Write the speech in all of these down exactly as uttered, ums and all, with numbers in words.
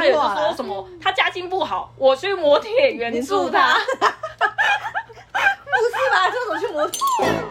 他有就说什么他家境不好，我去摩铁援助他。 不是吧？这种去摩铁。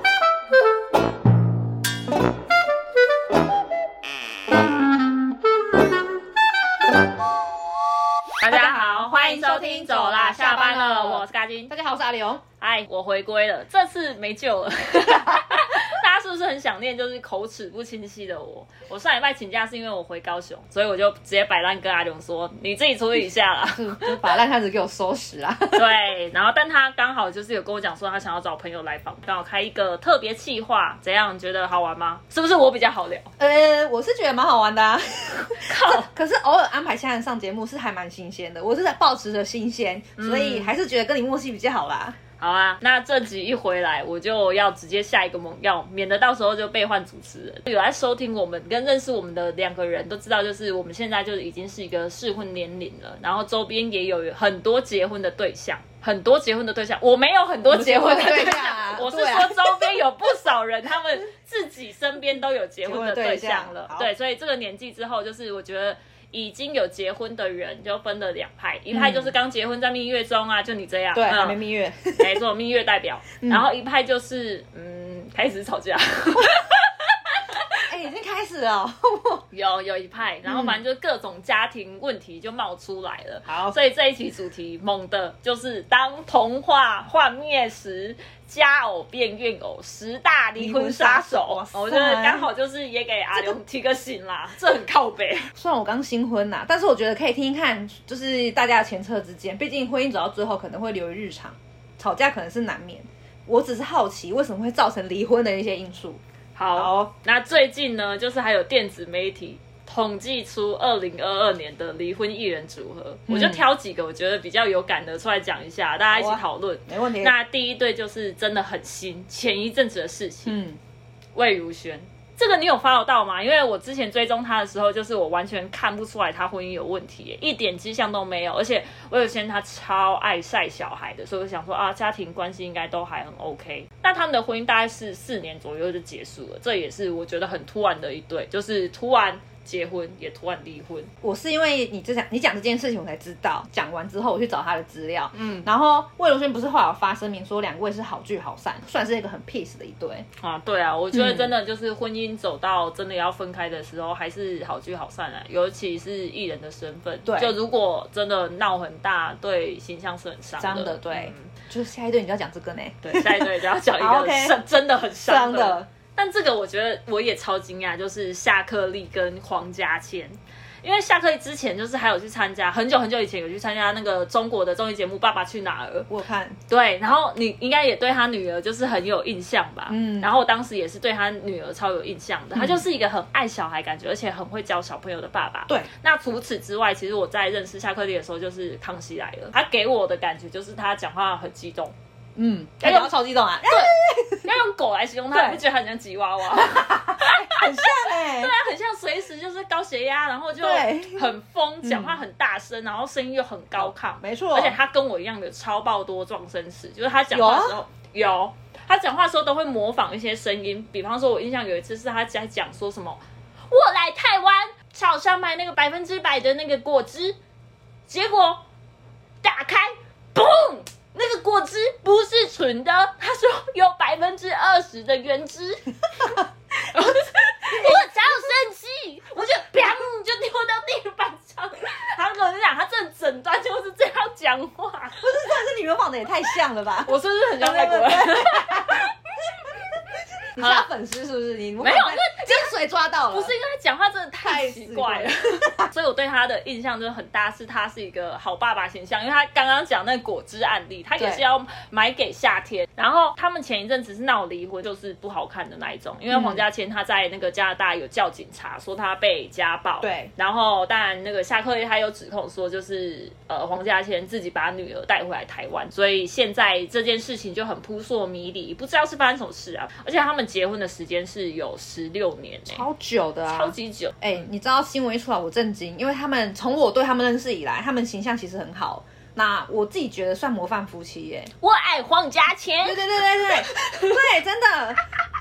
大家好，欢迎收听走啦，下班了，我是嘎金。 大家好，我是阿刘。 嗨，我回归了，这次没救了。大家是不是很想念就是口齿不清晰的我？我上礼拜请假是因为我回高雄，所以我就直接摆烂跟阿勇说，你自己处理一下啦。 就把烂摊子给我收拾啦。 对，然后但他刚好就是有跟我讲说他想要找朋友来访，刚好开一个特别企划，怎样？觉得好玩吗？是不是我比较好聊？ 呃，我是觉得蛮好玩的啊。 靠， 可是偶尔安排其他人上节目是还蛮新鲜的，我是在抱持着新鲜，所以还是觉得跟你默契比较好啦。 好啊，那这集一回来，我就要直接下一个猛药，免得到时候就被换主持人。有来收听我们跟认识我们的两个人都知道，就是我们现在就已经是一个适婚年龄了，然后周边也有很多结婚的对象，很多结婚的对象，我没有很多结婚的对象，啊、我是说周边有不少人，他们自己身边都有结婚的对象了。对，所以这个年纪之后，就是我觉得。已经有结婚的人就分了两派，一派就是刚结婚在蜜月中啊，就你这样， 对，嗯、还没蜜月， 没错，蜜月代表。嗯、然后一派就是嗯，开始吵架。 哎、欸，已经开始了。 有有一派，然后反正就各种家庭问题就冒出来了。 好、嗯， 所以这一期主题猛的就是当童话幻灭时，家偶变怨偶，十大离婚杀手。我觉得刚好就是也给阿勇提个醒啦，这, 这很靠北。 虽然我刚新婚呐，但是我觉得可以听听看，就是大家的前车之鉴，毕竟婚姻走到最后可能会流于日常，吵架可能是难免。我只是好奇为什么会造成离婚的一些因素。 好，好，那最近呢，就是还有电子媒体统计出二零二二年的离婚艺人组合，嗯、我就挑几个我觉得比较有感的出来讲一下，大家一起讨论、啊。 没问题。 那第一对就是真的很新，前一阵子的事情。嗯，魏如萱，这个你有 follow 到吗？因为我之前追踪他的时候，就是我完全看不出来他婚姻有问题，一点迹象都没有。而且魏如萱他超爱晒小孩的，所以我想说啊，家庭关系应该都还很 OK。那他们的婚姻大概是四年左右就结束了，这也是我觉得很突然的一对，就是突然结婚也突然离婚。 我是因为你这讲你讲这件事情我才知道，讲完之后我去找他的资料，嗯，然后魏如萱不是后来有发声明说两位是好聚好散，算是一个很 peace 的一对啊。对啊，我觉得真的就是婚姻走到真的要分开的时候，还是好聚好散啊，尤其是艺人的身份，对，就如果真的闹很大，对形象是很伤的。 伤的，对，嗯、就是下一对你就要讲这个呢， 对，下一对就要讲一个 okay 真的很伤的。 伤的但这个我觉得我也超惊讶，就是夏克立跟黄家千，因为夏克立之前就是还有去参加，很久很久以前有去参加那个中国的综艺节目《爸爸去哪儿》， 我有看。 对，然后你应该也对他女儿就是很有印象吧？嗯，然后我当时也是对他女儿超有印象的，他就是一个很爱小孩感觉，而且很会教小朋友的爸爸。 对， 那除此之外，其实我在认识夏克立的时候，就是《康熙来了》，他给我的感觉就是他讲话很激动。 嗯，要用超激动啊！ 对，要用狗来形容他，你不觉得他很像吉娃娃？ 很像哎、欸， 对啊，很像随时就是高血压，然后就很疯，讲话很大声，然后声音又很高亢， 没错。 而且他跟我一样的超爆多撞声词，就是他讲话的时候有,、啊、有，他讲话的时候都会模仿一些声音，比方说，我印象有一次是他在讲说什么，我来台湾超商买那个百分之百的那个果汁，结果打开，嘣。那个果汁不是纯的，他说有百分之二十的原汁，我超生气，我就砰就丢到地板上。他跟我讲，他这整段就是这样讲话， 不是，但是你们仿的也太像了吧？ 我是不是很像外国人？ 你是他粉丝是不是？你没有，因为精髓抓到了。 不是因为他讲话真的太奇怪了，所以我对他的印象就是很大，是他是一个好爸爸形象。因为他刚刚讲那个果汁案例，他也是要买给夏天，然后他们前一阵子是闹离婚，就是不好看的那一种。因为黄家千他在那个加拿大有叫警察说他被家暴， 对， 然后当然那个夏克立他有指控说就是呃黄家千自己把女儿带回来台湾，所以现在这件事情就很扑朔迷离，不知道是发生什么事啊。而且他们结婚的时间是有十六年、欸， 超久的啊， 超级久。 哎、欸，你知道新闻一出来我震惊，因为他们从我对他们认识以来，他们形象其实很好。那我自己觉得算模范夫妻耶。 我爱黄家千。 对对对对对对，真的。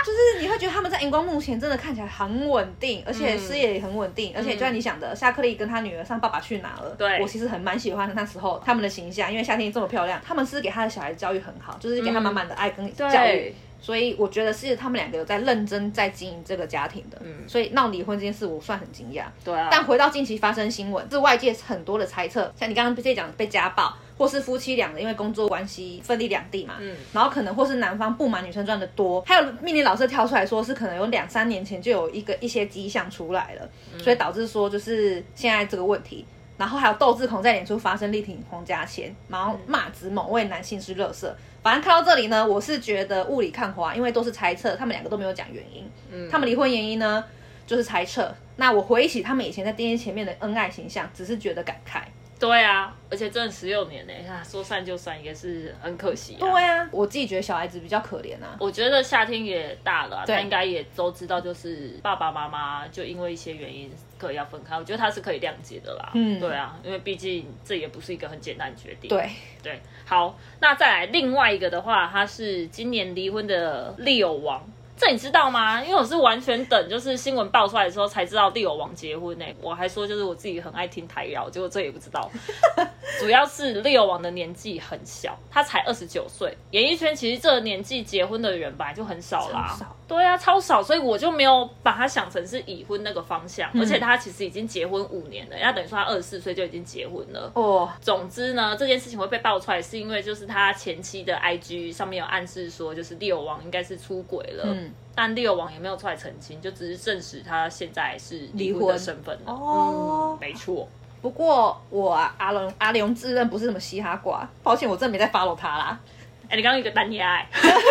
就是你会觉得他们在荧光幕前真的看起来很稳定，而且事业也很稳定，嗯、而且就像你想的，夏克立跟他女儿上《爸爸去哪儿》， 对， 我其实很蛮喜欢那时候他们的形象，因为夏天这么漂亮，他们是给他的小孩教育很好，就是给他满满的爱跟教育。嗯，所以我觉得是他们两个有在认真在经营这个家庭的，嗯，所以闹离婚这件事我算很惊讶。 对啊。 但回到近期发生新闻，是外界很多的猜测，像你刚刚在讲被家暴，或是夫妻两人因为工作关系分离两地嘛，嗯，然后可能或是男方不满女生赚的多，还有命理老师跳出来说是可能有两三年前就有一个一些迹象出来了，嗯，所以导致说就是现在这个问题。然后还有窦智孔在脸书发声力挺黄家千，然后骂指某位男性是垃圾。反正看到这里呢，我是觉得雾里看花，因为都是猜测，他们两个都没有讲原因。嗯，他们离婚原因呢就是猜测。那我回忆起他们以前在电视前面的恩爱形象，只是觉得感慨。 对啊，而且真的十六年呢，说散就散也是很可惜啊。 对啊，我自己觉得小孩子比较可怜啊。 我觉得夏天也大了，他应该也都知道，就是爸爸妈妈就因为一些原因可以要分开，我觉得他是可以谅解的啦。嗯，对啊，因为毕竟这也不是一个很简单的决定。 对对，好，那再来另外一个的话，他是今年离婚的利友王。这你知道吗？因为我是完全等就是新闻爆出来的时候才知道利友王结婚呢、欸。我还说就是我自己很爱听台谣，结果这也不知道。主要是利友王的年纪很小，他才二十九岁。演艺圈其实这个年纪结婚的人本来就很少啦， 超少。 对啊，超少，所以我就没有把他想成是已婚那个方向。嗯、而且他其实已经结婚五年了，那等于说他二十四岁就已经结婚了。哦，总之呢，这件事情会被爆出来，是因为就是他前妻的 I G 上面有暗示说，就是利友王应该是出轨了。嗯，但利友王也没有出来澄清，就只是证实他现在是离婚的身份了。哦、嗯，没错。 不过我、啊、阿龙阿龙自认不是什么嘻哈挂，抱歉，我真的没在 follow 他啦。 哎、欸，你刚刚有个单恋爱。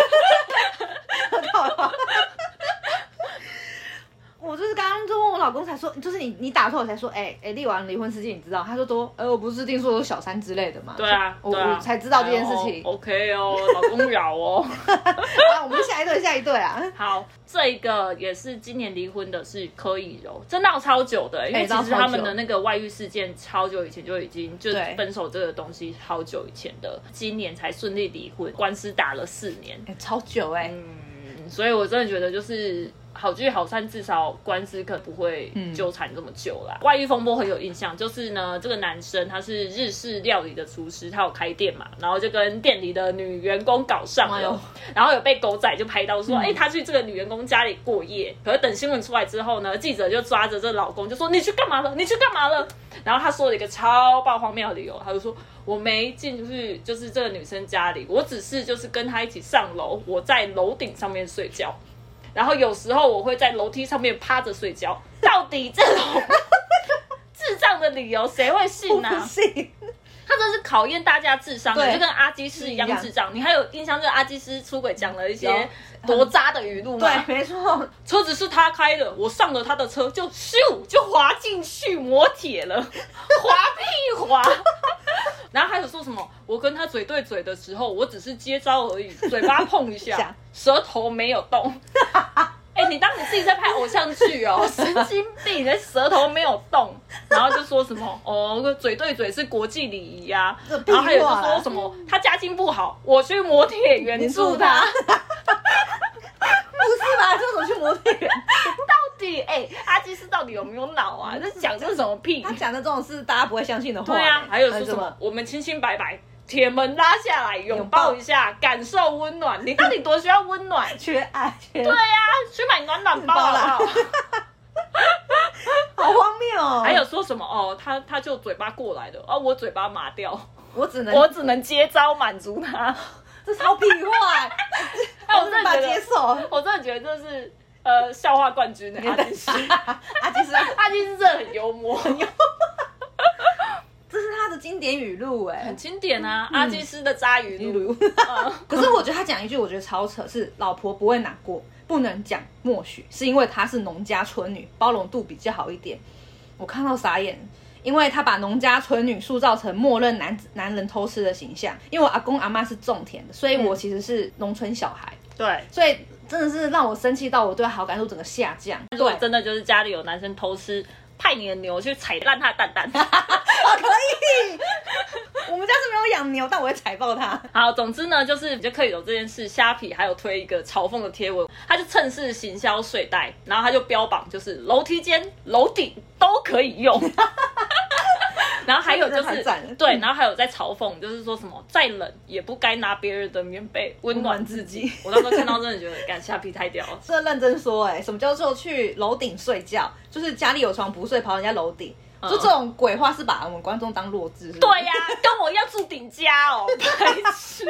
我就是刚刚就问我老公才说，就是你你打错我才说，哎、欸、哎，利完离婚事件你知道？他就说，呃，我不是听说有小三之类的嘛？ 对啊， 我对啊我才知道这件事情。 哎、OK 哦，老公饶哦。 好，我们下一对下一对啊。 好，这一个也是今年离婚的是柯以柔，这闹超久的、欸，因为其实他们的那个外遇事件超久以前就已经就分手这个东西好久以前的，今年才顺利离婚，官司打了四年， 欸、超久哎、欸。 嗯，所以我真的觉得就是好聚好散，至少官司可能不会纠缠这么久啦。嗯、外遇风波很有印象，就是呢，这个男生他是日式料理的厨师，他有开店嘛，然后就跟店里的女员工搞上了，哎、然后有被狗仔就拍到说，哎、嗯欸，他去这个女员工家里过夜。可是等新闻出来之后呢，记者就抓着这老公就说，你去干嘛了？你去干嘛了？然后他说了一个超爆荒谬的理由，他就说我没进就是就是这个女生家里，我只是就是跟她一起上楼，我在楼顶上面睡觉。然后有时候我会在楼梯上面趴着睡觉，到底这种智障的理由谁会信呢、啊？ 不信， 他这是考验大家智商的，就跟阿基师一样智障。你还有印象，就是阿基师出轨讲了一些多渣的语录吗？ 对，没错。 车子是他开的，我上了他的车就咻就滑进去磨铁了，滑屁滑。然后还有说什么？我跟他嘴对嘴的时候，我只是接招而已，嘴巴碰一下，舌头没有动。哎、欸，你当你自己在拍偶像剧哦，神经病！你的舌头没有动，然后就说什么哦，嘴对嘴是国际礼仪呀，然后还有就说什么他家境不好，我去磨铁援助他。 不是吧？这怎么去磨铁援？ 到底哎、欸，阿基斯到底有没有脑啊？这讲这是什么屁？ 他讲的这种是大家不会相信的话。 对啊，还有说什么我们清清白白。铁门拉下来，拥抱一下，感受温暖。你到底多需要温暖？ 缺爱。缺对呀、啊，去买暖暖包好不好？ 好荒谬哦！ 还有说什么哦？他他就嘴巴过来的，哦，我嘴巴麻掉， 我只能我只能接招满足他， 这超屁话、欸！ 哎，我真的觉得接受， 我真的觉得这是呃笑话冠军的阿基师， 阿基师， 阿基师真的很幽默，很幽默。 这是他的经典语录哎， 很经典啊！嗯、阿基师的渣语录。 可是我觉得他讲一句，我觉得超扯，是老婆不会难过，不能讲默许，是因为她是农家村女，包容度比较好一点。我看到傻眼，因为他把农家村女塑造成默认男男人偷吃的形象。因为我阿公阿妈是种田的，所以我其实是农村小孩。 对、嗯， 所以真的是让我生气到我对好感度整个下降。 如果真的就是家里有男生偷吃，派你的牛去踩烂他的蛋蛋。 哦，可以。我们家是没有养常牛，但我会踩爆它。 好，总之呢，就是就可以有这件事，虾皮还有推一个嘲讽的贴文，他就趁势行销睡袋，然后他就标榜就是楼梯间、楼顶都可以用。然后还有就是对，然后还有在嘲讽，就是说什么再冷也不该拿别人的棉被温暖自己。我那时候看到真的觉得，干虾皮太屌了。 真的认真说、欸，哎，什么叫做去楼顶睡觉？就是家里有床不睡，跑人家楼顶。就这种鬼话是把我们观众当弱智是不是？ 对呀、啊，跟我一样住顶家哦，白痴。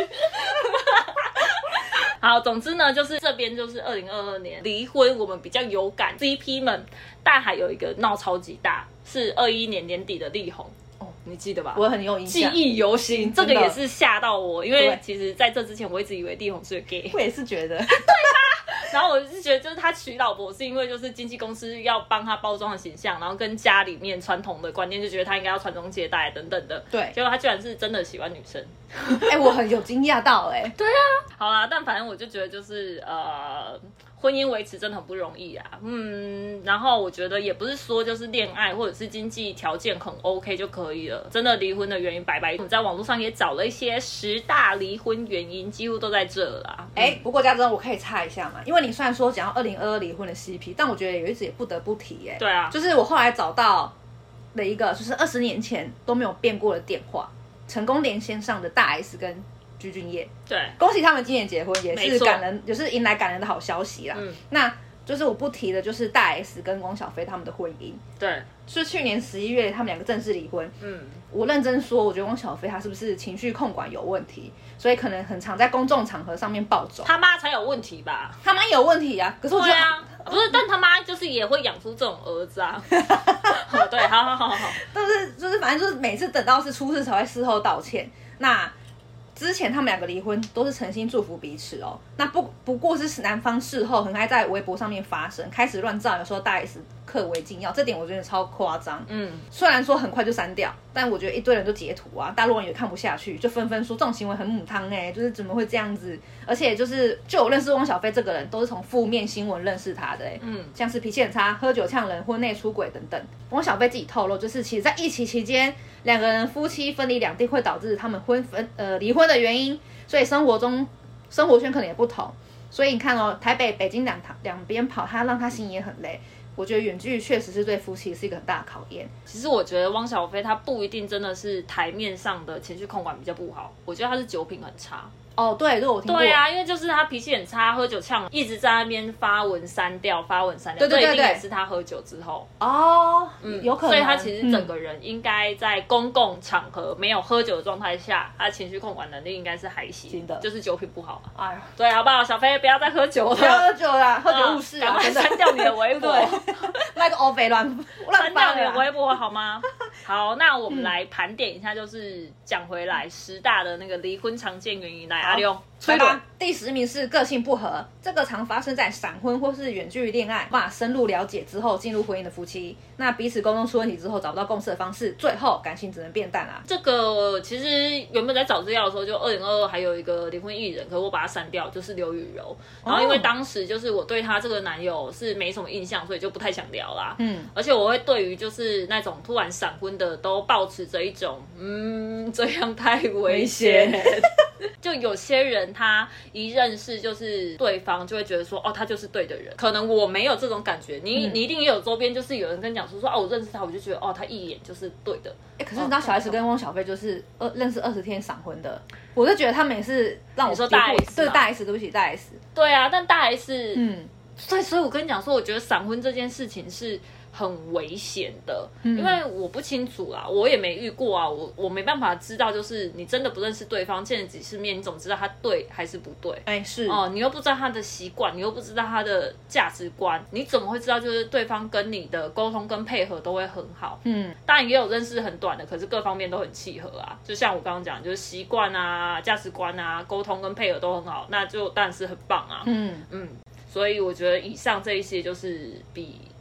好，总之呢，就是这边就是二零二二年离婚，我们比较有感 C P 们，但还有一个闹超级大，是二一年年底的力宏。哦，你记得吧？ 我很有印象， 记忆犹新。这个也是吓到我，因为其实在这之前我一直以为力宏是个 gay。 我也是觉得，对吧？然后我是觉得，就是他娶老婆是因为就是经纪公司要帮他包装的形象，然后跟家里面传统的观念就觉得他应该要传宗接代等等的。 对， 结果他居然是真的喜欢女生。 哎、欸，我很有惊讶到哎、欸。 对啊，好啦，但反正我就觉得就是呃。婚姻维持真的很不容易啊，嗯，然后我觉得也不是说就是恋爱或者是经济条件很 OK 就可以了，真的离婚的原因百百，我们在网络上也找了一些十大离婚原因，几乎都在这啦。 哎、欸，不过家珍，我可以插一下嘛，因为你虽然说讲到二零二二离婚的 C P， 但我觉得有一直也不得不提哎、欸。 对啊， 就是我后来找到了一个，就是二十年前都没有变过的电话，成功连线上的大 S 跟鞠婧祎， 对， 恭喜他们今年结婚，也是感人，也是迎来感人的好消息啦。嗯，那就是我不提的，就是大 S 跟汪小菲他们的婚姻。 对， 是去年十一月他们两个正式离婚。嗯，我认真说，我觉得汪小菲他是不是情绪控管有问题，所以可能很常在公众场合上面暴走。 他妈才有问题吧？ 他妈有问题啊，可是我觉得、 啊、不是，但他妈就是也会养出这种儿子啊。对，好好好好好， 但是就是反正就是每次等到是出事才会事后道歉。那之前他们两个离婚都是诚心祝福彼此哦，那不不过是男方事后很爱在微博上面发声，开始乱造，有时候大 S 刻为禁药，这点我觉得超夸张。嗯，虽然说很快就删掉，但我觉得一堆人都截图啊，大陆人也看不下去，就纷纷说这种行为很母汤哎、欸，就是怎么会这样子？而且就是就我认识汪小菲这个人，都是从负面新闻认识他的哎、欸，嗯，像是脾气很差、喝酒呛人、婚内出轨等等。汪小菲自己透露，就是其实在疫情期间，两个人夫妻分离两地会导致他们婚分呃离婚的原因，所以生活中生活圈可能也不同。所以你看哦，台北、北京两两边跑，他让他心也很累。我觉得远距确实是对夫妻是一个很大的考验。 其实我觉得汪小菲他不一定真的是台面上的情绪控管比较不好，我觉得他是酒品很差。 哦，对，这我听过。 对啊，因为就是他脾气很差，喝酒呛，一直在那边发文删掉，发文删掉， 对对对对， 这一定也是他喝酒之后。 哦，嗯，有可能。 所以他其实整个人应该在公共场合没有喝酒的状态下，他情绪控管能力应该是还行的，就是酒品不好。哎呀，对，好不好？小菲不要再喝酒了， 不要喝酒了，喝酒误事啊！ 赶快删掉你的微博， 那个欧肥乱删掉你的微博好吗？好，那我们来盘点一下，就是讲回来十大的那个离婚常见原因。来，阿六推吧。第十名是个性不合，这个常发生在闪婚或是远距离恋爱，无法深入了解之后进入婚姻的夫妻。那彼此沟通出问题之后找不到共识的方式，最后感情只能变淡啦。 这个其实原本在找资料的时候，就二零二二还有一个离婚艺人，可是我把它删掉，就是刘雨柔。然后因为当时就是我对她这个男友是没什么印象，所以就不太想聊啦。嗯，而且我会对于就是那种突然闪婚的，都抱持着一种嗯这样太危险。就有些人他一认识就是对方，就会觉得说哦，他就是对的人。可能我没有这种感觉，你、嗯、你一定也有周边，就是有人跟你讲说说哦，我认识他，我就觉得哦，他一眼就是对的。 哎、欸，可是你知道小 S 跟汪小菲就是二认识二十天闪婚的，我就觉得他们也是让我说大 S， 对大 S， 对不起大 S。 对啊，但大 S， 嗯，所以所以我跟你讲说，我觉得闪婚这件事情是很危险的，嗯、因为我不清楚啊，我也没遇过啊，我我没办法知道，就是你真的不认识对方，见了几次面，你怎么知道他对还是不对？ 哎、欸，是哦、呃，你又不知道他的习惯，你又不知道他的价值观，你怎么会知道就是对方跟你的沟通跟配合都会很好？嗯，当然也有认识很短的，可是各方面都很契合啊。就像我刚刚讲，就是习惯啊、价值观啊、沟通跟配合都很好，那就当然是很棒啊。嗯嗯，所以我觉得以上这一些就是比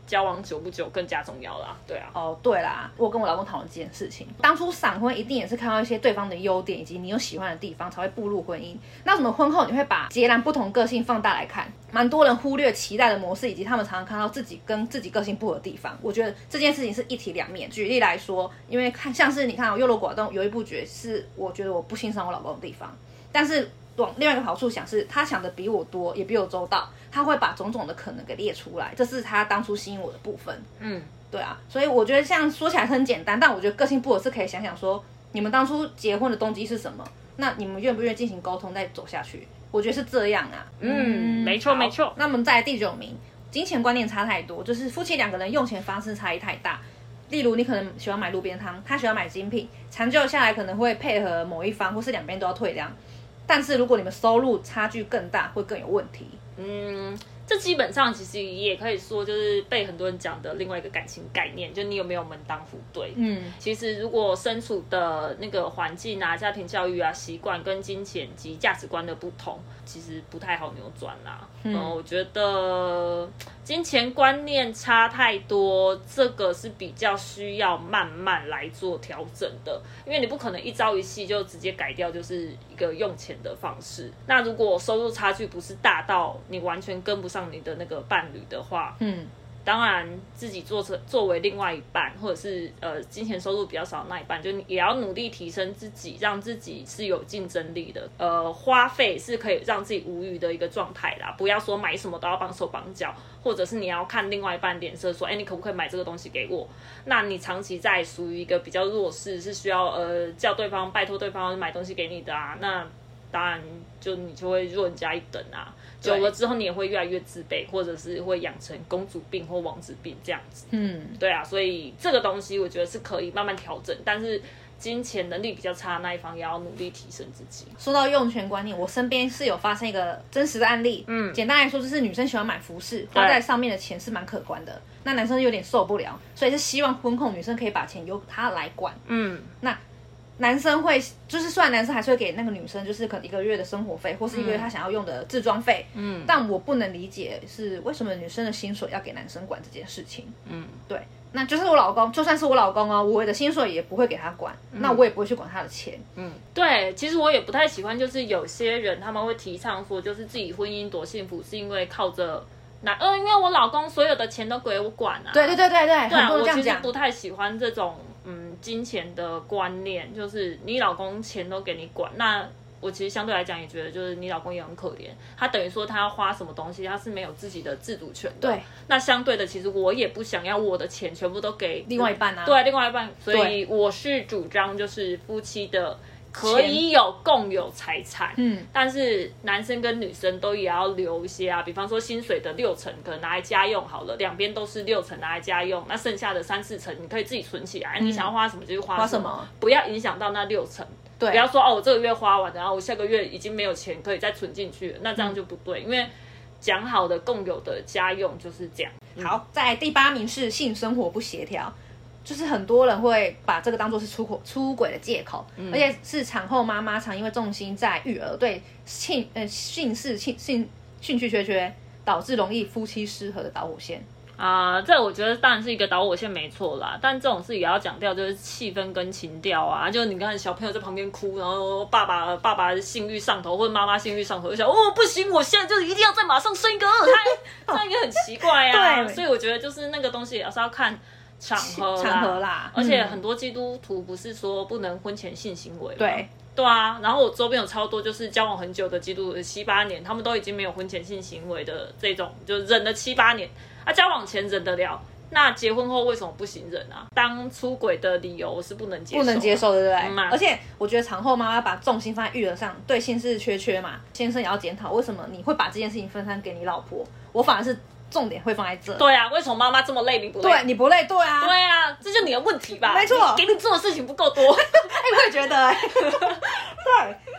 交往久不久更加重要啦。对啊。 哦，对啦，我跟我老公讨论这件事情，当初闪婚一定也是看到一些对方的优点以及你有喜欢的地方才会步入婚姻。那怎么婚后你会把截然不同个性放大来看？蛮多人忽略期待的模式，以及他们常常看到自己跟自己个性不合的地方。我觉得这件事情是一体两面。举例来说，因为看像是你看我优柔寡断有一部剧是我觉得我不欣赏我老公的地方，但是往另外一个好处想是他想的比我多，也比我周到，他会把种种的可能给列出来，这是他当初吸引我的部分。嗯，对啊，所以我觉得像说起来很简单，但我觉得个性不合是可以想想说，你们当初结婚的动机是什么？那你们愿不愿意进行沟通再走下去？我觉得是这样啊。 嗯，没错没错。 那我们再来第九名，金钱观念差太多，就是夫妻两个人用钱方式差异太大。例如你可能喜欢买路边摊，他喜欢买精品，长久下来可能会配合某一方，或是两边都要退让。但是如果你们收入差距更大，会更有问题。 嗯，这基本上其实也可以说就是被很多人讲的另外一个感情概念，就你有没有门当户对。嗯，其实如果身处的那个环境啊、家庭教育啊、习惯跟金钱及价值观的不同，其实不太好扭转啦。嗯，呃、我觉得金钱观念差太多，这个是比较需要慢慢来做调整的，因为你不可能一朝一夕就直接改掉，就是一个用钱的方式。那如果收入差距不是大到你完全跟不上你的那个伴侣的话，嗯，当然自己做成作为另外一半，或者是呃金钱收入比较少的那一半，就也要努力提升自己，让自己是有竞争力的。呃，花费是可以让自己无余的一个状态啦，不要说买什么都要绑手绑脚，或者是你要看另外一半脸色说，哎，你可不可以买这个东西给我？那你长期在属于一个比较弱势，是需要呃叫对方拜托对方买东西给你的啊，那当然就你就会弱人家一等啊。久了之后，你也会越来越自卑，或者是会养成公主病或王子病这样子。嗯，对啊，所以这个东西我觉得是可以慢慢调整，但是金钱能力比较差的那一方也要努力提升自己。 说到用钱观念，我身边是有发生一个真实的案例。嗯，简单来说就是女生喜欢买服饰，花在上面的钱是蛮可观的，那男生有点受不了，所以是希望婚后女生可以把钱由他来管。嗯，那男生会就是虽然男生还是会给那个女生就是可能一个月的生活费，或是一个月他想要用的置装费，嗯，但我不能理解是为什么女生的薪水要给男生管这件事情。嗯，对，那就是我老公，就算是我老公哦，我的薪水也不会给他管，嗯，那我也不会去管他的钱。嗯， 对，其实我也不太喜欢，就是有些人他们会提倡说，就是自己婚姻多幸福，是因为靠着那呃，因为我老公所有的钱都归我管啊。 对对对对对， 对啊， 很多人这样讲。 我其实不太喜欢这种嗯金钱的观念，就是你老公钱都给你管，那我其实相对来讲也觉得，就是你老公也很可怜，他等于说他要花什么东西，他是没有自己的自主权的。 对。 那相对的，其实我也不想要我的钱全部都给另外一半啊。 对，另外一半。所以我是主张就是夫妻的可以有共有财产，嗯，但是男生跟女生都也要留一些啊，比方说薪水的六成可能拿来家用好了，两边都是六成拿来家用，那剩下的三四成你可以自己存起来，嗯，你想要花什么就去花什么， 花什么不要影响到那六成。 对， 不要说哦，我这个月花完，然后我下个月已经没有钱可以再存进去了，那这样就不对，嗯，因为讲好的共有的家用就是这样。 嗯，好，在第八名是性生活不协调。就是很多人会把这个当作是出轨出轨的借口，嗯，而且是产后妈妈常因为重心在育儿，对性呃性事性性兴趣缺缺，导致容易夫妻失和的导火线。 啊，呃，这我觉得当然是一个导火线没错啦，但这种事也要讲掉，就是气氛跟情调啊。就你看小朋友在旁边哭，然后爸爸爸爸性欲上头，或者妈妈性欲上头，就想哦不行，我现在就一定要再马上生一个二胎，这样也很奇怪啊。对，所以我觉得就是那个东西也是要看场合啦， 场合啦， 而且很多基督徒不是说不能婚前性行为吗？ 对对啊，然后我周边有超多就是交往很久的基督徒，七八年，他们都已经没有婚前性行为的这种，就忍了七八年，啊，交往前忍得了，那结婚后为什么不行忍啊？当出轨的理由是不能接受， 不能接受，对不对？嗯啊，而且我觉得产后妈妈把重心放在育儿上，对性事缺缺嘛，先生也要检讨，为什么你会把这件事情分散给你老婆？我反而是重点会放在这。 对啊，为什么妈妈这么累你不累？ 对，你不累，对啊， 对啊，这就你的问题吧？ 没错， 给你做的事情不够多。 哎，我也觉得，欸。对，那为什么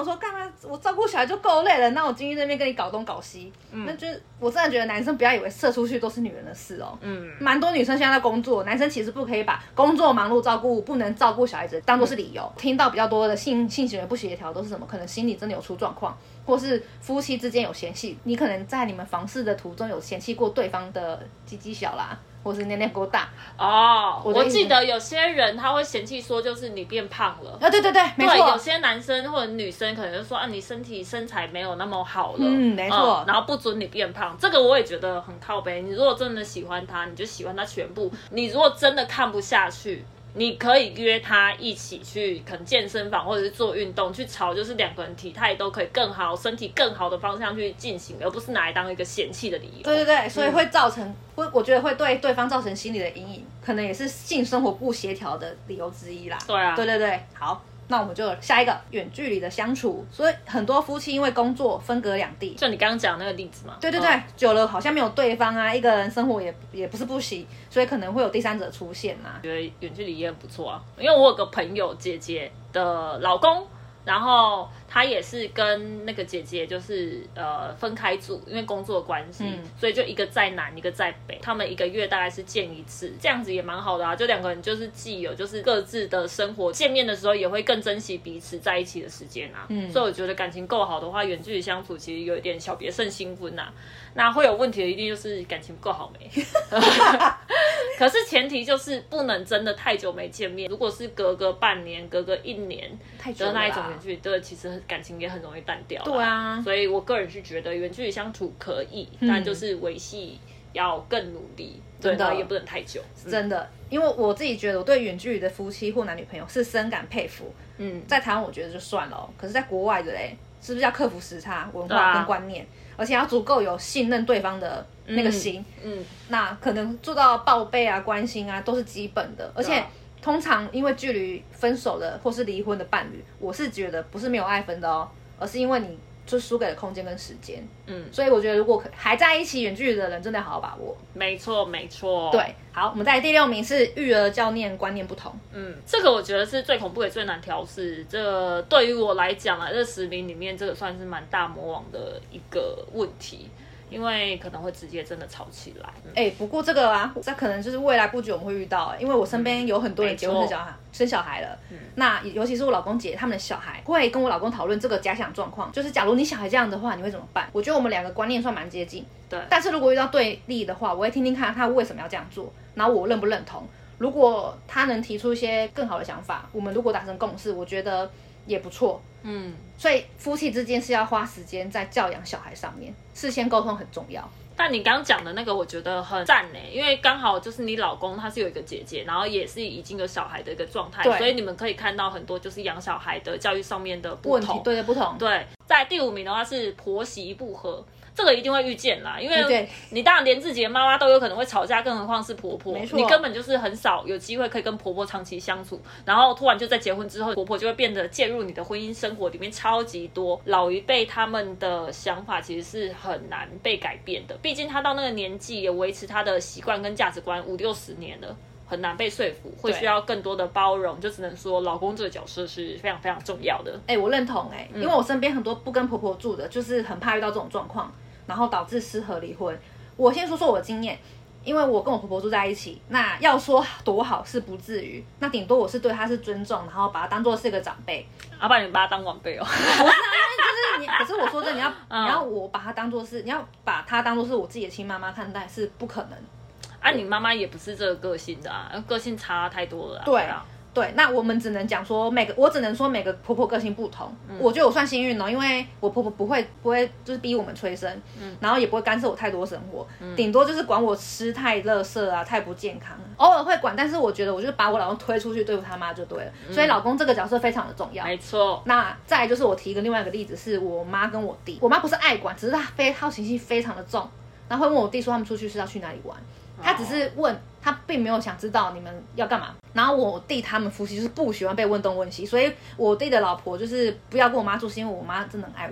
种说干嘛？我照顾小孩就够累了，那我今天这边跟你搞东搞西，嗯、那就是我真的觉得男生不要以为射出去都是女人的事哦。嗯，蛮多女生现在在工作，男生其实不可以把工作忙碌照顾不能照顾小孩子当做是理由。嗯、听到比较多的性性行为不协调都是什么？可能心里真的有出状况，或是夫妻之间有嫌隙，你可能在你们房事的途中有嫌弃过对方的鸡鸡小啦。或是尿尿够大哦，我, 我记得有些人他会嫌弃说，就是你变胖了啊，对对对，没错。 对，有些男生或者女生可能就说啊，你身体身材没有那么好了， 嗯，没错、 嗯，然后不准你变胖，这个我也觉得很靠北。你如果真的喜欢他，你就喜欢他全部；你如果真的看不下去，你可以约他一起去，可能健身房或者是做运动，去朝就是两个人体态都可以更好、身体更好的方向去进行，而不是拿来当一个嫌弃的理由。 对对对，所以会造成，会、嗯、我觉得会对对方造成心理的阴影，可能也是性生活不协调的理由之一啦。 对啊， 对对对，好。那我们就下一个远距离的相处，所以很多夫妻因为工作分隔两地， 就你刚刚讲那个例子嘛。 对对对，嗯、久了好像没有对方啊，一个人生活也也不是不行，所以可能会有第三者出现啊。 觉得远距离也很不错啊，因为我有个朋友姐姐的老公。然后他也是跟那个姐姐就是呃分开住，因为工作的关系、嗯，所以就一个在南，一个在北。他们一个月大概是见一次，这样子也蛮好的啊。就两个人就是既有就是各自的生活，见面的时候也会更珍惜彼此在一起的时间啊。嗯，所以我觉得感情够好的话，远距离相处其实有一点小别胜新婚呐、啊。那会有问题的一定就是感情不够好没。可是前提就是不能真的太久没见面。如果是隔个半年、隔个一年太久了的那一种远距离，对，其实感情也很容易淡掉。 对啊， 所以我个人是觉得远距离相处可以，嗯、但就是维系要更努力，对，然后也不能太久。 真的，因为我自己觉得我对远距离的夫妻或男女朋友是深感佩服。嗯，在台湾我觉得就算了，可是在国外的嘞，是不是要克服时差、文化跟观念？而且要足够有信任对方的那个心，嗯，嗯那可能做到报备啊、关心啊，都是基本的。而且、啊、通常因为距离分手的或是离婚的伴侣，我是觉得不是没有爱分的哦，而是因为你就输给了空间跟时间，嗯，所以我觉得如果还在一起远距离的人，真的好好把握。 没错，没错。 对，好，我们在第六名是育儿教念观念不同。 嗯，这个我觉得是最恐怖也最难调试。这对于我来讲啊，这十名里面，这个算是蛮大魔王的一个问题。因为可能会直接真的吵起来。 哎、嗯欸，不过这个啊，这可能就是未来不久我们会遇到、欸，因为我身边有很多人结婚生小孩，生小孩了。嗯，那尤其是我老公姐他们的小孩，会跟我老公讨论这个假想状况，就是假如你小孩这样的话，你会怎么办？我觉得我们两个观念算蛮接近。 对。 但是如果遇到对立的话，我会听听看他为什么要这样做，然后我认不认同。如果他能提出一些更好的想法，我们如果达成共识，我觉得也不错。嗯，所以夫妻之间是要花时间在教养小孩上面，事先沟通很重要。 但你刚刚讲的那个，我觉得很赞呢，因为刚好就是你老公他是有一个姐姐，然后也是已经有小孩的一个状态，所以你们可以看到很多就是养小孩的教育上面的不同。 问题对对不同。 对，在第五名的话是婆媳不和。这个一定会遇见啦，因为你当然连自己的妈妈都有可能会吵架，更何况是婆婆。你根本就是很少有机会可以跟婆婆长期相处，然后突然就在结婚之后，婆婆就会变得介入你的婚姻生活里面超级多。老一辈他们的想法其实是很难被改变的，毕竟他到那个年纪也维持他的习惯跟价值观五六十年了。很难被说服，会需要更多的包容，就只能说老公这个角色是非常非常重要的。 哎、欸，我认同哎、欸嗯，因为我身边很多不跟婆婆住的，就是很怕遇到这种状况，然后导致失和离婚。我先说说我的经验，因为我跟我婆婆住在一起，那要说多好是不至于，那顶多我是对她是尊重，然后把她当作是一个长辈。 要、啊、不然你把她当晚辈哦？ 不是啊，因为就是你，可是我说真的，你要、嗯、你要我把她当作是，你要把她当作是我自己的亲妈妈看待，是不可能。 啊，你妈妈也不是这个个性的啊，个性差太多了、啊。 对啊，对，那我们只能讲说每个，我只能说每个婆婆个性不同。嗯、我觉得我算幸运哦，因为我婆婆不会不会就是逼我们催生，嗯，然后也不会干涉我太多生活，嗯、顶多就是管我吃太垃圾啊，太不健康，偶尔会管，但是我觉得我就把我老公推出去对付他妈就对了。嗯、所以老公这个角色非常的重要。 没错。 那再来就是我提一个另外一个例子，是我妈跟我弟，我妈不是爱管，只是她非好奇心非常的重，然后会问我弟说他们出去是要去哪里玩。他只是问，他并没有想知道你们要干嘛。然后我弟他们夫妻就是不喜欢被问东问西，所以我弟的老婆就是不要跟我妈住，是因为我妈真的很爱问。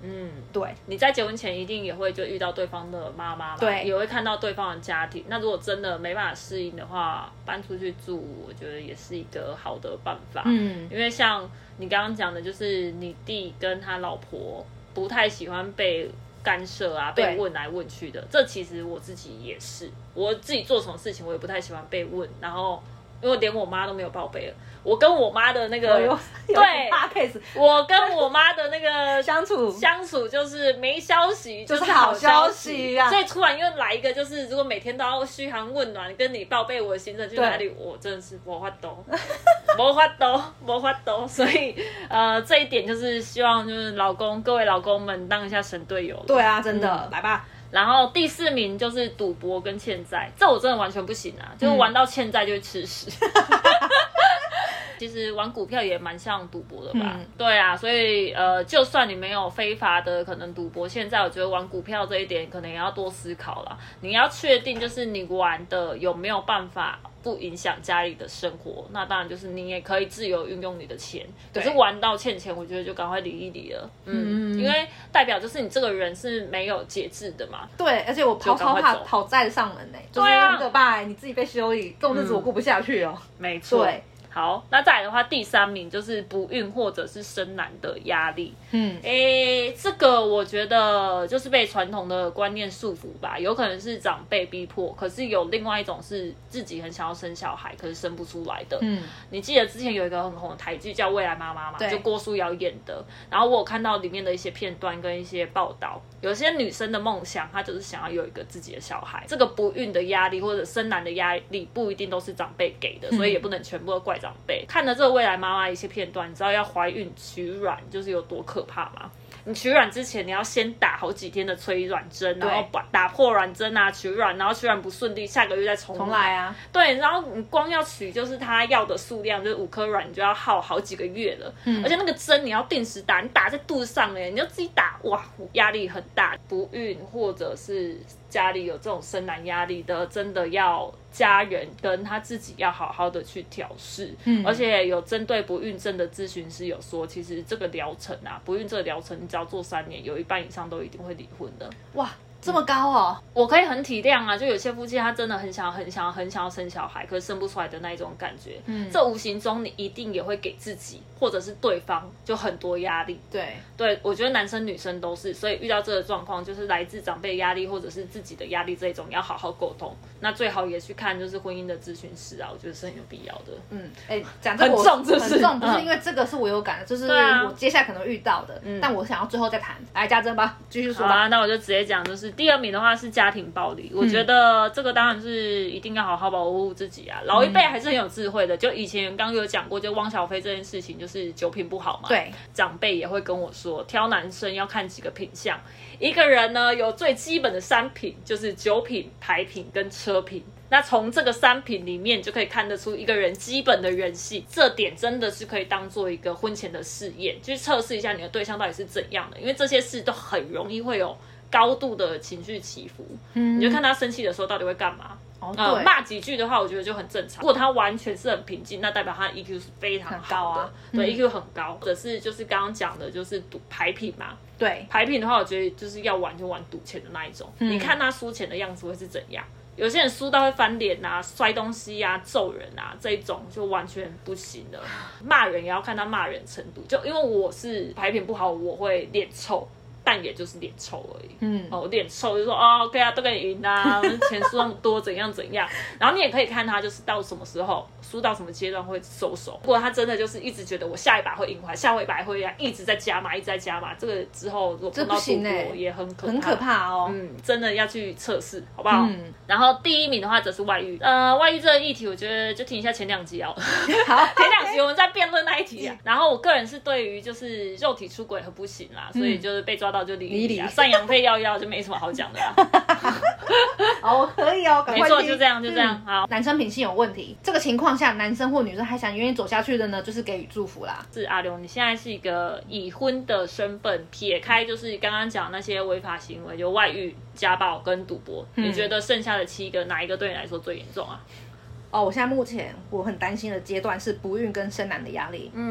嗯，对， 你在结婚前一定也会就遇到对方的妈妈嘛， 对， 也会看到对方的家庭。那如果真的没办法适应的话，搬出去住，我觉得也是一个好的办法。嗯，因为像你刚刚讲的，就是你弟跟他老婆不太喜欢被干涉啊，被问来问去的。这其实我自己也是，我自己做什么事情我也不太喜欢被问，然后因为连我妈都没有报备了。我跟我妈的那个有对，我跟我妈的那个相处相处就是没消息就是好消息啊， 所以突然又来一个，就是如果每天都要嘘寒问暖，跟你报备我的行程去哪里，我真的是没法度，没法度，没法度。所以呃，这一点就是希望就是老公各位老公们当一下神队友。 对啊，真的、嗯、来吧。 然后第四名就是赌博跟欠债，这我真的完全不行啊，就是玩到欠债就会吃屎。其实玩股票也蛮像赌博的吧、嗯、对啊，所以呃，就算你没有非法的可能赌博，现在我觉得玩股票这一点可能也要多思考啦。你要确定就是你玩的有没有办法不影响家里的生活，那当然就是你也可以自由运用你的钱，可是玩到欠钱我觉得就赶快理一理了。 嗯, 嗯，因为代表就是你这个人是没有节制的嘛。 对，而且我超超怕讨债上门呢、欸，就是很可怕、欸、你自己被修理，这种日子我过不下去哦、喔嗯、 没错。对，好，那再来的话，第三名就是不孕或者是生男的压力。嗯，诶，这个我觉得就是被传统的观念束缚吧，有可能是长辈逼迫，可是有另外一种是自己很想要生小孩，可是生不出来的。嗯，你记得之前有一个很红的台剧叫《未来妈妈》嘛，就郭书瑶演的。然后我有看到里面的一些片段跟一些报道，有些女生的梦想，她就是想要有一个自己的小孩。这个不孕的压力或者生男的压力，不一定都是长辈给的，所以也不能全部都怪长辈。看了这个未来妈妈一些片段，你知道要怀孕取卵就是有多可怕吗？你取卵之前，你要先打好几天的催卵针，然后把打破卵针啊，取卵，然后取卵不顺利，下个月再重重来啊。 对，然后你光要取就是他要的数量，就是五颗卵，你就要耗好几个月了。嗯，而且那个针你要定时打，你打在肚子上哎，你就自己打，哇，压力很大。不孕或者是家里有这种生男压力的，真的要家人跟他自己要好好的去调试。嗯，而且有针对不孕症的咨询师有说，其实这个疗程啊，不孕这个疗程，你只要做三年，有一半以上都一定会离婚的。 哇，这么高哦！ 我可以很体谅啊，就有些夫妻他真的很想、很想、很想要生小孩，可是生不出来的那一种感觉。嗯，这无形中你一定也会给自己或者是对方就很多压力。 对对，我觉得男生女生都是，所以遇到这个状况，就是来自长辈压力或者是自己的压力这一种，要好好沟通。那最好也去看就是婚姻的咨询师啊，我觉得是很有必要的。 嗯，哎、欸，讲这个我很重，就是很重，不是因为这个是我有感的，就是我接下来可能遇到的，嗯、但我想要最后再谈。来，家珍吧，继续说吧。 好啊，那我就直接讲，就是第二名的话是家庭暴力，我觉得这个当然是一定要好好保护自己啊。老一辈还是很有智慧的，就以前刚刚有讲过，就汪小菲这件事情，就是酒品不好嘛。 对， 长辈也会跟我说，挑男生要看几个品项。一个人呢有最基本的三品，就是酒品、牌品跟车品。那从这个三品里面就可以看得出一个人基本的人性，这点真的是可以当做一个婚前的试验，去测试一下你的对象到底是怎样的，因为这些事都很容易会有高度的情绪起伏。嗯，你就看他生气的时候到底会干嘛。哦，呃，骂几句的话，我觉得就很正常。如果他完全是很平静，那代表他的 E Q 是非常好的，啊嗯、对 ，E Q 很高。或者是就是刚刚讲的，就是赌牌品嘛。 对， 牌品的话，我觉得就是要玩就玩赌钱的那一种。嗯、你看他输钱的样子会是怎样？有些人输到会翻脸啊、摔东西啊、揍人啊，这一种就完全不行了。骂人也要看他骂人程度，就因为我是牌品不好，我会脸臭。但也就是脸臭而已，嗯，哦，脸臭就说哦 ，OK 啊，都跟你赢啊，钱输那么多，怎样怎样。然后你也可以看他就是到什么时候输到什么阶段会收手。如果他真的就是一直觉得我下一把会赢回来，下一把会赢，一直在加码，一直在加码，这个之后如果碰到赌博也很可怕， 很可怕哦。 嗯，真的要去测试，好不好？嗯。然后第一名的话则是外遇，呃，外遇这个议题，我觉得就听一下前两集哦。好，前两集我们在辩论那一题啊。然后我个人是对于就是肉体出轨很不行啦，所以就是被抓到。就离离啊，赡养费要要就没什么好讲的啦。 好，可以哦， 没错，就这样，就这样。好， 男生品性有问题，这个情况下，男生或女生还想愿意走下去的呢，就是给予祝福啦。 是阿刘，你现在是一个已婚的身份，撇开就是刚刚讲那些违法行为，就外遇、家暴跟赌博，嗯、你觉得剩下的七个哪一个对你来说最严重啊？ 哦，我现在目前我很担心的阶段是不孕跟生男的压力。嗯，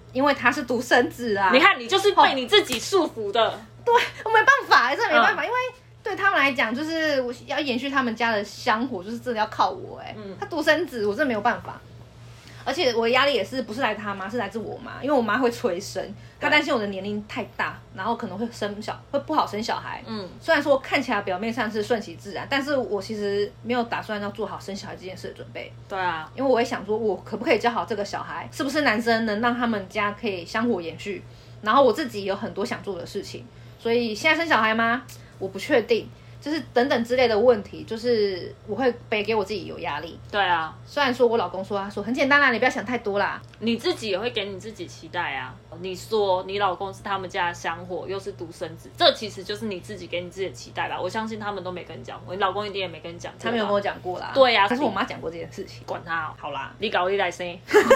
因为他是独生子啊。 你看，你就是被你自己束缚的。哦、 对，我没办法，真的没办法，嗯、因为对他们来讲，就是我要延续他们家的香火，就是真的要靠我哎、欸。嗯，他独生子，我真的没有办法。而且我的压力也是不是来自他妈，是来自我妈，因为我妈会催生，她担心我的年龄太大，然后可能会生小会不好生小孩。嗯，虽然说看起来表面上是顺其自然，但是我其实没有打算要做好生小孩这件事的准备。 对啊， 因为我会想说，我可不可以教好这个小孩，是不是男生能让他们家可以香火延续，然后我自己有很多想做的事情，所以现在生小孩吗？我不确定。就是等等之类的问题，就是我会背给我自己有压力。 对啊， 虽然说我老公说他说很简单啦，你不要想太多啦。 你自己也会给你自己期待啊。你说你老公是他们家的香火，又是独生子，这其实就是你自己给你自己的期待吧。我相信他们都没跟你讲过，你老公一定也没跟你讲过。 他没有跟我讲过啦。 对啊， 但是我妈讲过这件事情。 管他、哦，好啦，你搞你来生。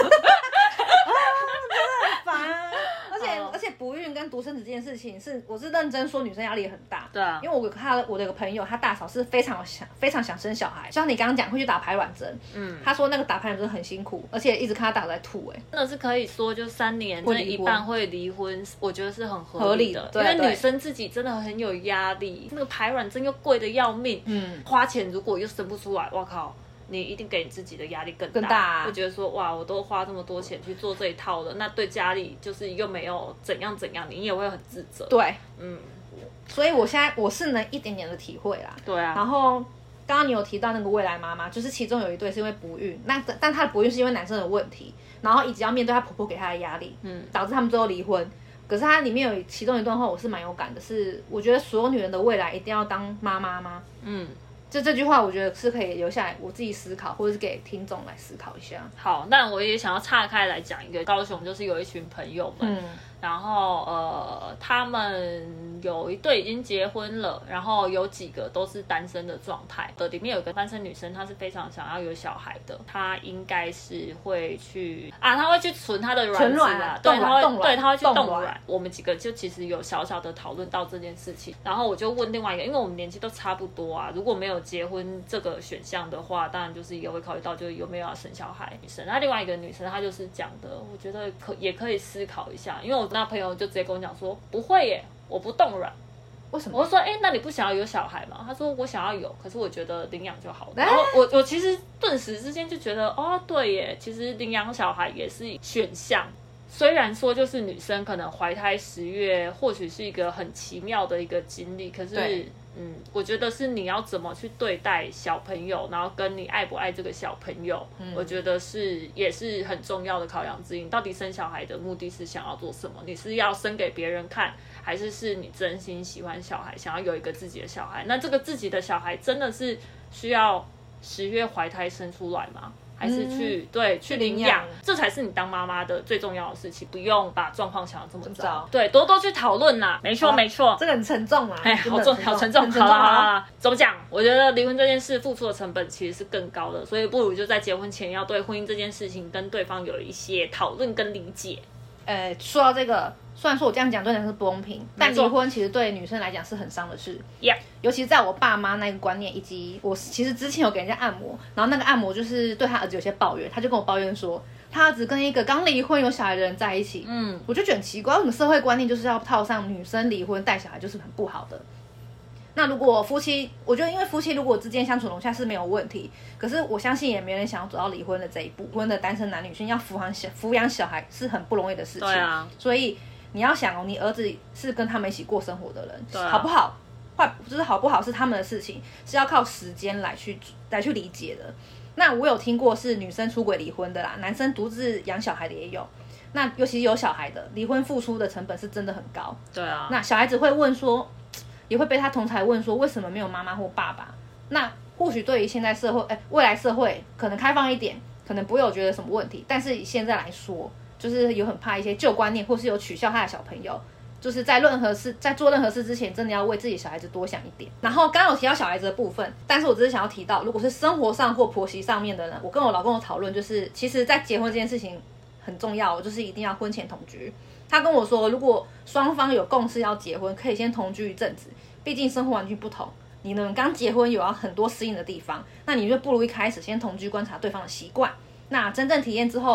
而且不孕跟独生子这件事情是，我是认真说，女生压力很大。 对啊， 因为我他我的一个朋友，他大嫂是非常想非常想生小孩，就像你刚刚讲会去打排卵针。嗯，他说那个打排卵针很辛苦，而且一直看他大嫂在吐、欸。哎， 真的是可以说，就三年那一半会离婚，我觉得是很合理的。 合理对， 因为女生自己真的很有压力，那个排卵针又贵的要命。嗯，花钱如果又生不出来，哇靠！你一定给你自己的压力更大， 更大、啊， 会觉得说哇，我都花这么多钱去做这一套了，那对家里就是又没有怎样怎样，你也会很自责。 对，嗯，所以我现在我是能一点点的体会啦。 对啊。 然后刚刚你有提到那个未来妈妈，就是其中有一对是因为不孕，那但她的不孕是因为男生的问题，然后一直要面对她婆婆给她的压力，嗯，导致他们最后离婚。可是她里面有其中一段话，我是蛮有感的是，是我觉得所有女人的未来一定要当妈妈吗？嗯。就这句话，我觉得是可以留下来，我自己思考，或者是给听众来思考一下。 好，那我也想要岔开来讲一个，高雄就是有一群朋友们，嗯、然后呃，他们有一对已经结婚了，然后有几个都是单身的状态的。里面有一个单身女生，她是非常想要有小孩的，她应该是会去啊，她会去存她的卵子啊，对，她会对，她会去冻卵。我们几个就其实有小小的讨论到这件事情，然后我就问另外一个，因为我们年纪都差不多啊，如果没有结婚这个选项的话，当然就是也会考虑到就是有没有要生小孩女生。那另外一个女生她就是讲的，我觉得可也可以思考一下，因为我那朋友就直接跟我讲说不会耶，我不冻卵。 为什么？ 我说哎、欸，那你不想要有小孩吗？他说我想要有，可是我觉得领养就好了。然后我我其实顿时之间就觉得哦对耶，其实领养小孩也是选项。虽然说就是女生可能怀胎十月或许是一个很奇妙的一个经历，可是嗯，我觉得是你要怎么去对待小朋友，然后跟你爱不爱这个小朋友，嗯、我觉得是也是很重要的考量之一。到底生小孩的目的是想要做什么？你是要生给别人看，还是是你真心喜欢小孩，想要有一个自己的小孩？那这个自己的小孩真的是需要十月怀胎生出来吗？还是去、嗯、对去领养，这才是你当妈妈的最重要的事情，不用把状况想得这么糟。对，多多去讨论啦，没错、啊、没错， 这个很沉重啊， 哎，好重好沉重，好啦好啦，怎么讲？我觉得离婚这件事付出的成本其实是更高的，所以不如就在结婚前要对婚姻这件事情跟对方有一些讨论跟理解。 呃，说到这个，虽然说我这样讲对男生是不公平，但离婚其实对女生来讲是很伤的事。 Yeah. 尤其是在我爸妈那个观念，以及我其实之前有给人家按摩，然后那个按摩就是对他儿子有些抱怨，他就跟我抱怨说，他儿子跟一个刚离婚有小孩的人在一起。嗯，我就觉得很奇怪，为什么社会观念就是要套上女生离婚带小孩就是很不好的？那如果夫妻，我觉得因为夫妻如果之间相处融洽是没有问题，可是我相信也没人想要走到离婚的这一步。离婚的单身男女性要抚养小抚养小孩是很不容易的事情。 对啊， 所以你要想哦，你儿子是跟他们一起过生活的人， 对啊、 好不好？坏就是好不好是他们的事情，是要靠时间来去来去理解的。那我有听过是女生出轨离婚的啦，男生独自养小孩的也有。那尤其是有小孩的，离婚付出的成本是真的很高。 对啊， 那小孩子会问说。也会被他同侪问说为什么没有妈妈或爸爸？那或许对于现在社会，哎，未来社会可能开放一点，可能不会有觉得什么问题。但是以现在来说，就是有很怕一些旧观念，或是有取笑他的小朋友，就是在任何事在做任何事之前，真的要为自己小孩子多想一点。然后刚刚有提到小孩子的部分，但是我只是想要提到，如果是生活上或婆媳上面的人，我跟我老公有讨论，就是其实在结婚这件事情很重要，就是一定要婚前同居。他跟我说，如果双方有共识要结婚，可以先同居一阵子。毕竟生活环境不同，你们刚结婚有要很多适应的地方，那你就不如一开始先同居观察对方的习惯，那真正体验之后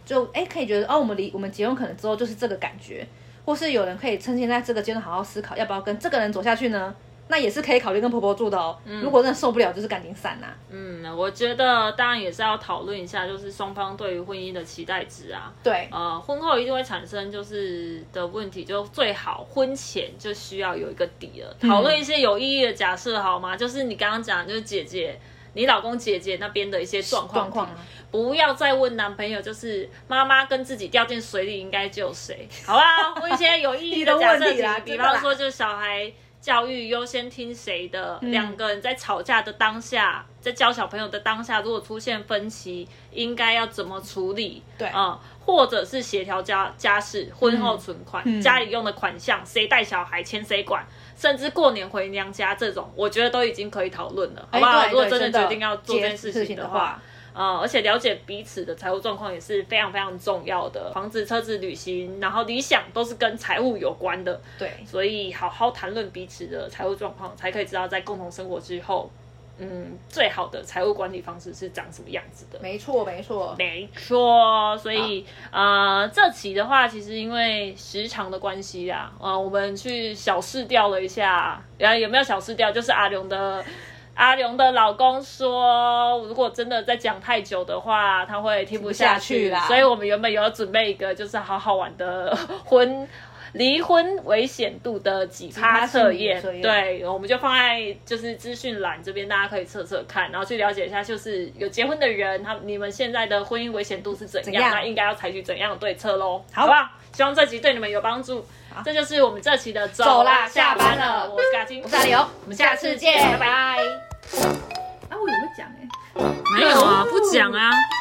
就哎可以觉得哦，我们离我们结婚可能之后就是这个感觉，或是有人可以趁现在这个阶段好好思考，要不要跟这个人走下去呢？那也是可以考虑跟婆婆住的哦。嗯、如果真的受不了，就是赶紧散呐、啊。 嗯，我觉得当然也是要讨论一下，就是双方对于婚姻的期待值啊。 对， 呃，婚后一定会产生就是的问题，就最好婚前就需要有一个底了，讨论一些有意义的假设好吗？就是你刚刚讲，就是姐姐。你老公姐姐那边的一些状况， 状况、啊， 不要再问男朋友，就是妈妈跟自己掉进水里应该救谁，好不好？问一些有意义的假设题，比方说就是小孩教育优先听谁的，两、嗯、个人在吵架的当下，在教小朋友的当下，如果出现分歧，应该要怎么处理？ 对， 嗯，或者是协调家家事、婚后存款、嗯、家里用的款项，谁带小孩，钱谁管？甚至过年回娘家这种，我觉得都已经可以讨论了，好不好？ 欸、 如果真的决定要做这件事情的话， 的呃，而且了解彼此的财务状况也是非常非常重要的。房子、车子、旅行，然后理想都是跟财务有关的。 对， 所以好好谈论彼此的财务状况，才可以知道在共同生活之后。嗯，最好的财务管理方式是长什么样子的？ 没错，没错， 没错。所以，呃，这期的话，其实因为时长的关系啦，呃，我们去小试调了一下，然后有没有小试调？就是阿龙的阿龙的老公说，如果真的再讲太久的话，他会听不下去， 下去啦。 所以我们原本有准备一个就是好好玩的婚。离婚危险度的几趴测验，对，我们就放在就是资讯栏这边，大家可以测测看，然后去了解一下，就是有结婚的人，他你们现在的婚姻危险度是怎样，怎样那应该要采取怎样的对策咯，好不好？希望这集对你们有帮助。这就是我们这期的走啦，下班了。 我是嘎金， 我是阿刘， 我们下次见，拜拜。 啊，我也会讲哎、欸， 没有啊，不讲啊。